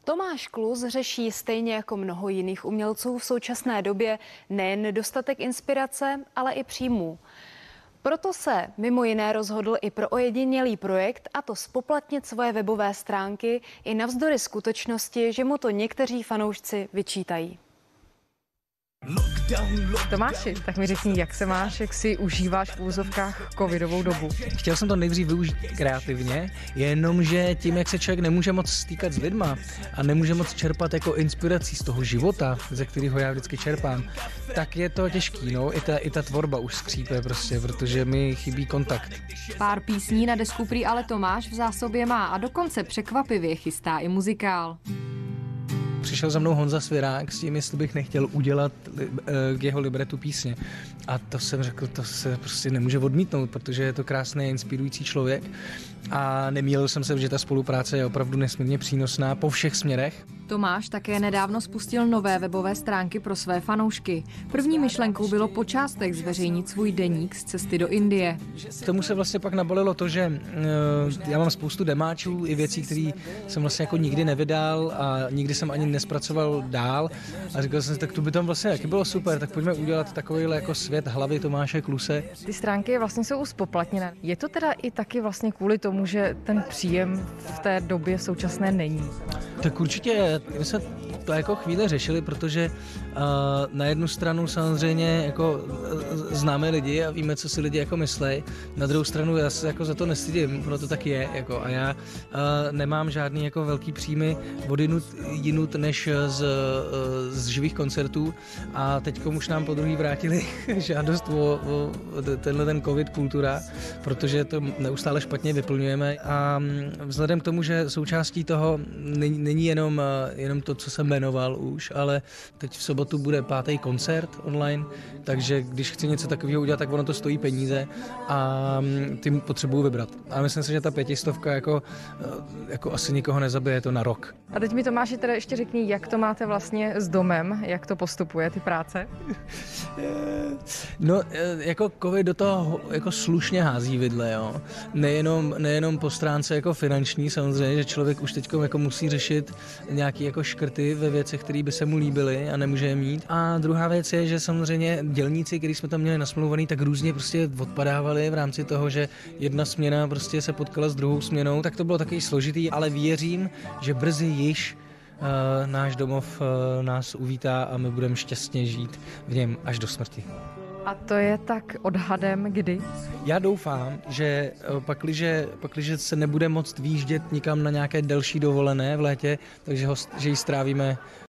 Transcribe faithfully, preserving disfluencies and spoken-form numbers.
Tomáš Klus řeší stejně jako mnoho jiných umělců v současné době nejen nedostatek inspirace, ale i příjmů. Proto se mimo jiné rozhodl i pro ojedinělý projekt, a to zpoplatnit svoje webové stránky i navzdory skutečnosti, že mu to někteří fanoušci vyčítají. Tomáši, tak mi řekni, jak se máš, jak si užíváš v úzovkách covidovou dobu? Chtěl jsem to nejdřív využít kreativně, jenomže tím, jak se člověk nemůže moc stýkat s lidma a nemůže moc čerpat jako inspirací z toho života, ze kterého já vždycky čerpám, tak je to těžký, no, i ta, i ta tvorba už skřípe prostě, protože mi chybí kontakt. Pár písní na desku prý ale Tomáš v zásobě má a dokonce překvapivě chystá i muzikál. Přišel za mnou Honza Svirák s tím, jestli bych nechtěl udělat k jeho libretu písně. A to jsem řekl, to se prostě nemůže odmítnout, protože je to krásný, inspirující člověk. A nemýlil jsem se, že ta spolupráce je opravdu nesmírně přínosná po všech směrech. Tomáš také nedávno spustil nové webové stránky pro své fanoušky. První myšlenkou bylo po částech zveřejnit svůj deník z cesty do Indie. K tomu se vlastně pak nabalilo to, že uh, já mám spoustu demáčů i věcí, které jsem vlastně jako nikdy nevydal a nikdy jsem ani nespracoval dál. A říkal jsem si, tak to by tam vlastně taky bylo super, tak pojďme udělat takovýhle jako svět hlavy Tomáše Kluse. Ty stránky vlastně jsou uspoplatněné. Je to teda i taky vlastně kvůli tomu, že ten příjem v té době současné není? Tak určitě, my jsme to jako chvíli řešili, protože uh, na jednu stranu samozřejmě jako uh, známe lidi a víme, co si lidi jako myslej. Na druhou stranu já se jako za to nestydím, ono to tak je. Jako, a já uh, nemám žádný jako velký příjmy odinut jinut než z, uh, z živých koncertů. A teďkom už nám po druhý vrátili žádost o, o tenhle ten covid kultura, protože to neustále špatně vyplňujeme. A vzhledem k tomu, že součástí toho není, není jenom, jenom to, co jsem jmenoval už, ale teď v sobotu bude pátý koncert online, takže když chci něco takového udělat, tak ono to stojí peníze a tím potřebuju vybrat. A myslím si, že ta pětistovka jako, jako asi nikoho nezabije, to na rok. A teď mi Tomáši teda ještě řekni, jak to máte vlastně s domem, jak to postupuje, ty práce? No, jako covid do toho jako slušně hází vidle, jo. Nejenom, nejenom po stránce jako finanční, samozřejmě, že člověk už teď jako musí řešit nějaký jako škrty ve věcech, které by se mu líbily a nemůže je mít. A druhá věc je, že samozřejmě dělníci, kteří jsme tam měli nasmluvaný, tak různě prostě odpadávali v rámci toho, že jedna směna prostě se potkala s druhou směnou, tak to bylo takový složitý, ale věřím, že brzy již uh, náš domov uh, nás uvítá a my budeme šťastně žít v něm až do smrti. A to je tak odhadem kdy? Já doufám, že pakliže, pakliže se nebude moct výjíždět nikam na nějaké delší dovolené v létě, takže ho, že ji strávíme